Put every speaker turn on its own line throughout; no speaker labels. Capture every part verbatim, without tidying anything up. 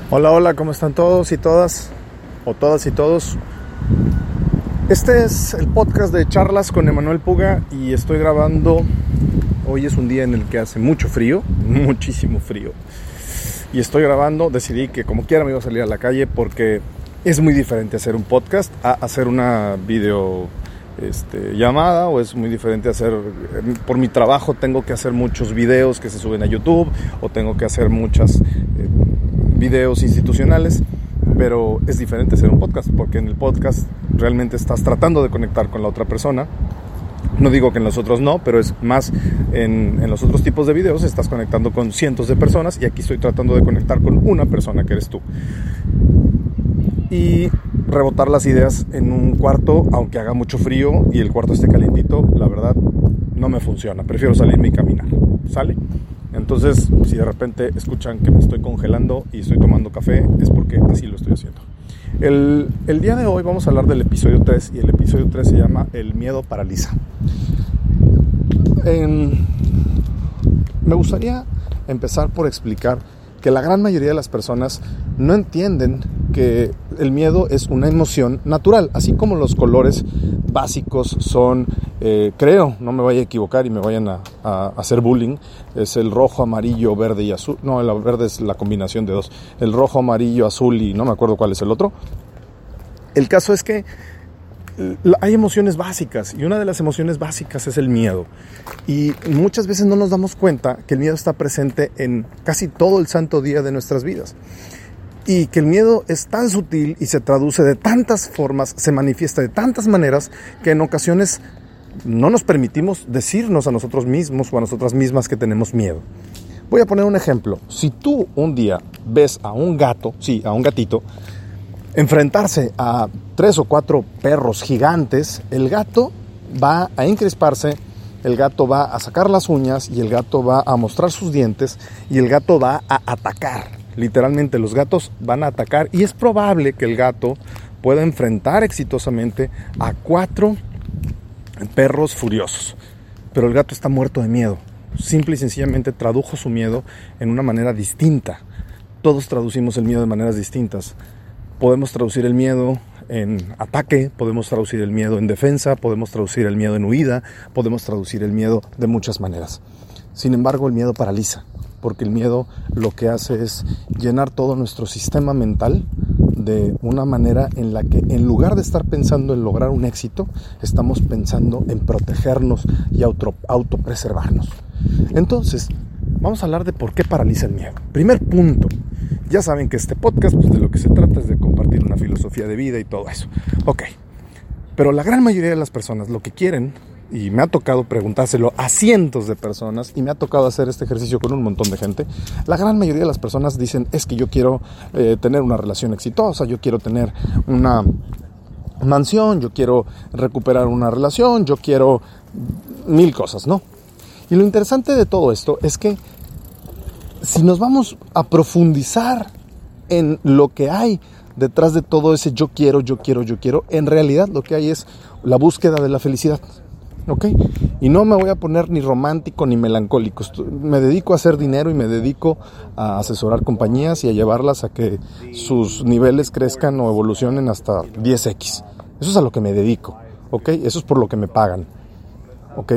Hola, hola, ¿cómo están todos y todas? O todas y todos. Este es el podcast de charlas con Emanuel Puga y estoy grabando. Hoy es un día en el que hace mucho frío, muchísimo frío. Y estoy grabando, decidí que como quiera me iba a salir a la calle porque es muy diferente hacer un podcast a hacer una video este, llamada, o es muy diferente hacer, por mi trabajo tengo que hacer muchos videos que se suben a YouTube, o tengo que hacer muchas eh, videos institucionales, pero es diferente hacer un podcast, porque en el podcast realmente estás tratando de conectar con la otra persona. No digo que en los otros no, pero es más en, en los otros tipos de videos estás conectando con cientos de personas, y aquí estoy tratando de conectar con una persona que eres tú. Y rebotar las ideas en un cuarto, aunque haga mucho frío y el cuarto esté calientito, la verdad no me funciona. Prefiero salirme y caminar, ¿sale? Entonces, si de repente escuchan que me estoy congelando y estoy tomando café, es porque así lo estoy haciendo. El, el día de hoy vamos a hablar del episodio tres, y el episodio tres se llama El miedo paraliza. En, me gustaría empezar por explicar que la gran mayoría de las personas no entienden que el miedo es una emoción natural, así como los colores básicos son, eh, creo, no me vaya a equivocar y me vayan a, a, a hacer bullying, es el rojo, amarillo, verde y azul. No, el verde es la combinación de dos, el rojo, amarillo, azul y no me acuerdo cuál es el otro. El caso es que hay emociones básicas, y una de las emociones básicas es el miedo, y muchas veces no nos damos cuenta que el miedo está presente en casi todo el santo día de nuestras vidas, y que el miedo es tan sutil y se traduce de tantas formas, se manifiesta de tantas maneras, que en ocasiones no nos permitimos decirnos a nosotros mismos o a nosotras mismas que tenemos miedo. Voy a poner un ejemplo. Si tú un día ves a un gato, sí, a un gatito, enfrentarse a tres o cuatro perros gigantes, el gato va a encresparse, el gato va a sacar las uñas, y el gato va a mostrar sus dientes, y el gato va a atacar. Literalmente los gatos van a atacar, y es probable que el gato pueda enfrentar exitosamente a cuatro perros furiosos. Pero el gato está muerto de miedo. Simple y sencillamente tradujo su miedo en una manera distinta. Todos traducimos el miedo de maneras distintas. Podemos traducir el miedo en ataque, podemos traducir el miedo en defensa, podemos traducir el miedo en huida, podemos traducir el miedo de muchas maneras. Sin embargo, el miedo paraliza, porque el miedo lo que hace es llenar todo nuestro sistema mental de una manera en la que, en lugar de estar pensando en lograr un éxito, estamos pensando en protegernos y auto, autopreservarnos. Entonces, vamos a hablar de por qué paraliza el miedo. Primer punto. Ya saben que este podcast, pues, de lo que se trata es de compartir una filosofía de vida y todo eso. Ok, pero la gran mayoría de las personas lo que quieren, y me ha tocado preguntárselo a cientos de personas, y me ha tocado hacer este ejercicio con un montón de gente, la gran mayoría de las personas dicen, es que yo quiero eh, tener una relación exitosa, yo quiero tener una mansión, yo quiero recuperar una relación, yo quiero mil cosas, ¿no? Y lo interesante de todo esto es que si nos vamos a profundizar en lo que hay detrás de todo ese yo quiero, yo quiero, yo quiero, en realidad lo que hay es la búsqueda de la felicidad, ¿ok? Y no me voy a poner ni romántico ni melancólico. Me dedico a hacer dinero y me dedico a asesorar compañías y a llevarlas a que sus niveles crezcan o evolucionen hasta diez equis. Eso es a lo que me dedico, ¿ok? Eso es por lo que me pagan, ¿ok?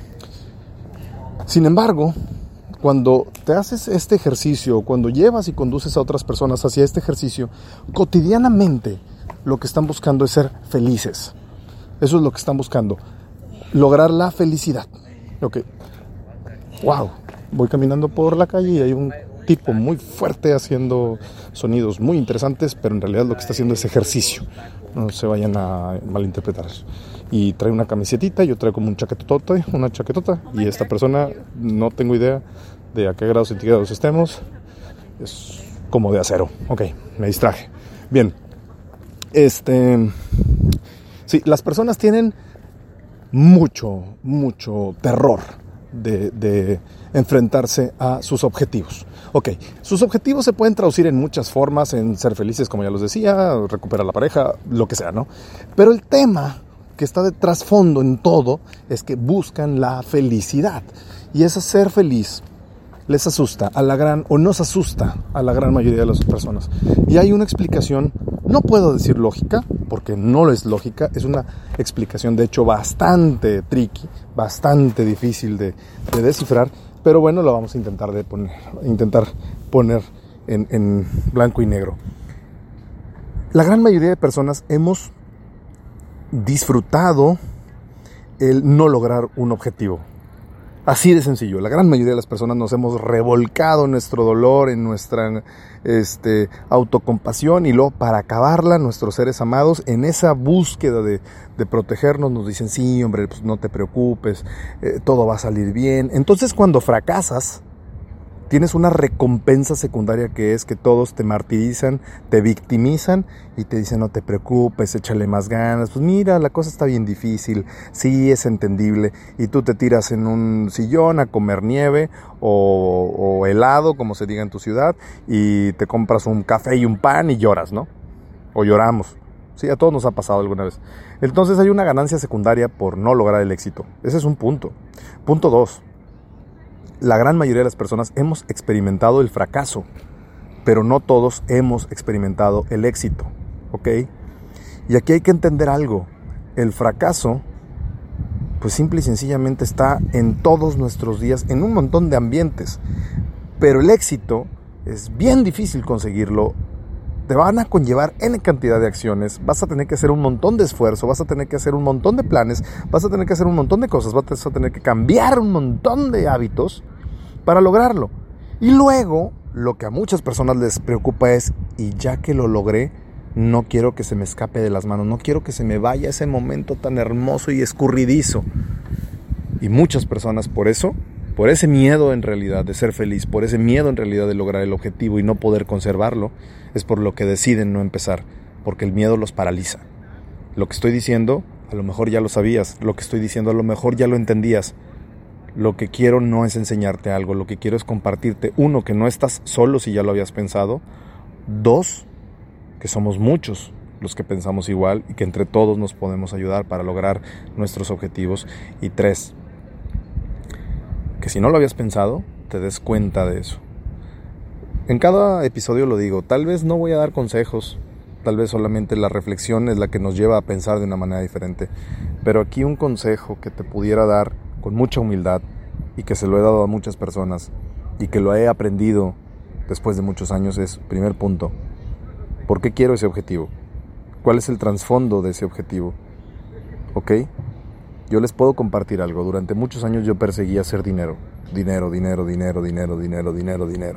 Sin embargo, cuando te haces este ejercicio, cuando llevas y conduces a otras personas hacia este ejercicio, cotidianamente lo que están buscando es ser felices. Eso es lo que están buscando, lograr la felicidad. Ok, wow, voy caminando por la calle y hay un tipo muy fuerte haciendo sonidos muy interesantes, pero en realidad lo que está haciendo es ejercicio. No se vayan a malinterpretar. Y trae una camisetita, yo traigo como un chaquetotote, una chaquetota, y esta persona, no tengo idea de a qué grados centígrados estemos, es como de acero. Ok, me distraje. Bien, este, sí, las personas tienen mucho, mucho terror de, de enfrentarse a sus objetivos. Ok, sus objetivos se pueden traducir en muchas formas, en ser felices, como ya los decía, recuperar la pareja, lo que sea, ¿no? Pero el tema que está de trasfondo en todo es que buscan la felicidad. Y ese ser feliz les asusta a la gran, o nos asusta a la gran mayoría de las personas. Y hay una explicación, no puedo decir lógica, porque no es lógica, es una explicación de hecho bastante tricky, bastante difícil de, de descifrar, pero bueno, lo vamos a intentar, de poner, intentar poner en, en blanco y negro. La gran mayoría de personas hemos disfrutado el no lograr un objetivo. Así de sencillo. La gran mayoría de las personas nos hemos revolcado en nuestro dolor, en nuestra este, autocompasión, y luego para acabarla, nuestros seres amados, en esa búsqueda de, de protegernos, nos dicen, sí, hombre, pues no te preocupes, eh, todo va a salir bien. Entonces, cuando fracasas, tienes una recompensa secundaria, que es que todos te martirizan, te victimizan y te dicen, no te preocupes, échale más ganas, pues mira, la cosa está bien difícil, sí, es entendible, y tú te tiras en un sillón a comer nieve o, o helado, como se diga en tu ciudad, y te compras un café y un pan y lloras, ¿no? O lloramos. Sí, a todos nos ha pasado alguna vez. Entonces hay una ganancia secundaria por no lograr el éxito. Ese es un punto. Punto dos. La gran mayoría de las personas hemos experimentado el fracaso, pero no todos hemos experimentado el éxito, ¿ok? Y aquí hay que entender algo. El fracaso, pues simple y sencillamente está en todos nuestros días, en un montón de ambientes. Pero el éxito es bien difícil conseguirlo. Te van a conllevar N cantidad de acciones, vas a tener que hacer un montón de esfuerzo, vas a tener que hacer un montón de planes, vas a tener que hacer un montón de cosas, vas a tener que cambiar un montón de hábitos para lograrlo. Y luego, lo que a muchas personas les preocupa es, y ya que lo logré, no quiero que se me escape de las manos, no quiero que se me vaya ese momento tan hermoso y escurridizo. Y muchas personas por eso, por ese miedo en realidad de ser feliz, por ese miedo en realidad de lograr el objetivo y no poder conservarlo, es por lo que deciden no empezar, porque el miedo los paraliza. Lo que estoy diciendo, a lo mejor ya lo sabías, lo que estoy diciendo a lo mejor ya lo entendías. Lo que quiero no es enseñarte algo, lo que quiero es compartirte, uno, que no estás solo si ya lo habías pensado, dos, que somos muchos los que pensamos igual y que entre todos nos podemos ayudar para lograr nuestros objetivos, y tres, que si no lo habías pensado, te des cuenta de eso. En cada episodio lo digo, tal vez no voy a dar consejos, tal vez solamente la reflexión es la que nos lleva a pensar de una manera diferente, pero aquí un consejo que te pudiera dar con mucha humildad, y que se lo he dado a muchas personas y que lo he aprendido después de muchos años, es, primer punto, ¿por qué quiero ese objetivo? ¿Cuál es el trasfondo de ese objetivo? ¿Ok? Yo les puedo compartir algo. Durante muchos años yo perseguía hacer dinero. Dinero, dinero, dinero, dinero, dinero, dinero, dinero.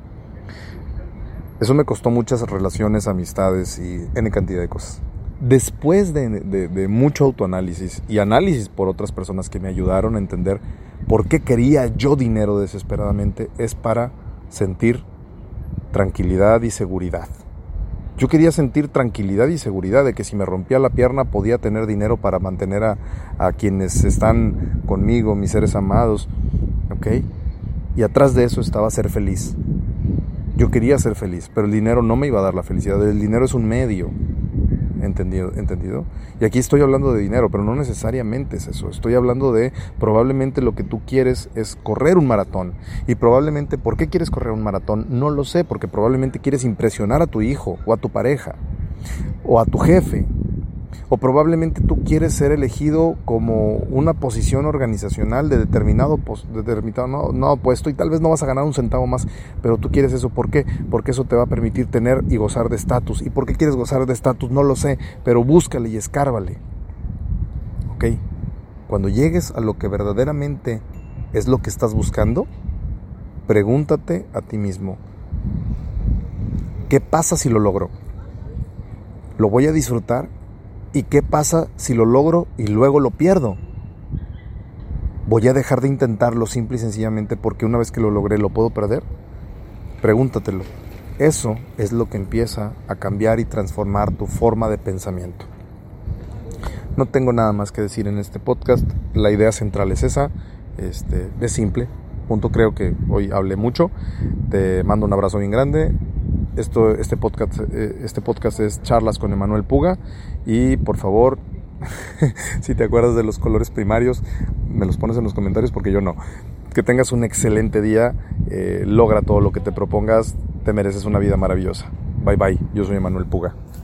Eso me costó muchas relaciones, amistades y N cantidad de cosas. Después de, de, de mucho autoanálisis y análisis por otras personas que me ayudaron a entender por qué quería yo dinero desesperadamente, es para sentir tranquilidad y seguridad. Yo quería sentir tranquilidad y seguridad de que si me rompía la pierna podía tener dinero para mantener a, a quienes están conmigo, mis seres amados, ¿ok? Y atrás de eso estaba ser feliz. Yo quería ser feliz, pero el dinero no me iba a dar la felicidad. El dinero es un medio. ¿Entendido? ¿Entendido? Y aquí estoy hablando de dinero, pero no necesariamente es eso. Estoy hablando de, probablemente lo que tú quieres es correr un maratón. Y probablemente, ¿por qué quieres correr un maratón? No lo sé, porque probablemente quieres impresionar a tu hijo, o a tu pareja, o a tu jefe. O probablemente tú quieres ser elegido como una posición organizacional de determinado, de determinado no, no puesto, y tal vez no vas a ganar un centavo más, pero tú quieres eso. ¿Por qué? Porque eso te va a permitir tener y gozar de estatus. ¿Y por qué quieres gozar de estatus? No lo sé, pero búscale y escárvale. ¿Ok? Cuando llegues a lo que verdaderamente es lo que estás buscando, pregúntate a ti mismo, ¿qué pasa si lo logro? ¿Lo voy a disfrutar? ¿Y qué pasa si lo logro y luego lo pierdo? ¿Voy a dejar de intentarlo simple y sencillamente porque una vez que lo logré lo puedo perder? Pregúntatelo. Eso es lo que empieza a cambiar y transformar tu forma de pensamiento. No tengo nada más que decir en este podcast. La idea central es esa. Este, es simple. Punto. Creo que hoy hablé mucho. Te mando un abrazo bien grande. Esto, este podcast, este podcast es Charlas con Emanuel Puga, y por favor, si te acuerdas de los colores primarios, me los pones en los comentarios porque yo no. que tengas un excelente día, eh, logra todo lo que te propongas, te mereces una vida maravillosa. Bye bye, yo soy Emanuel Puga.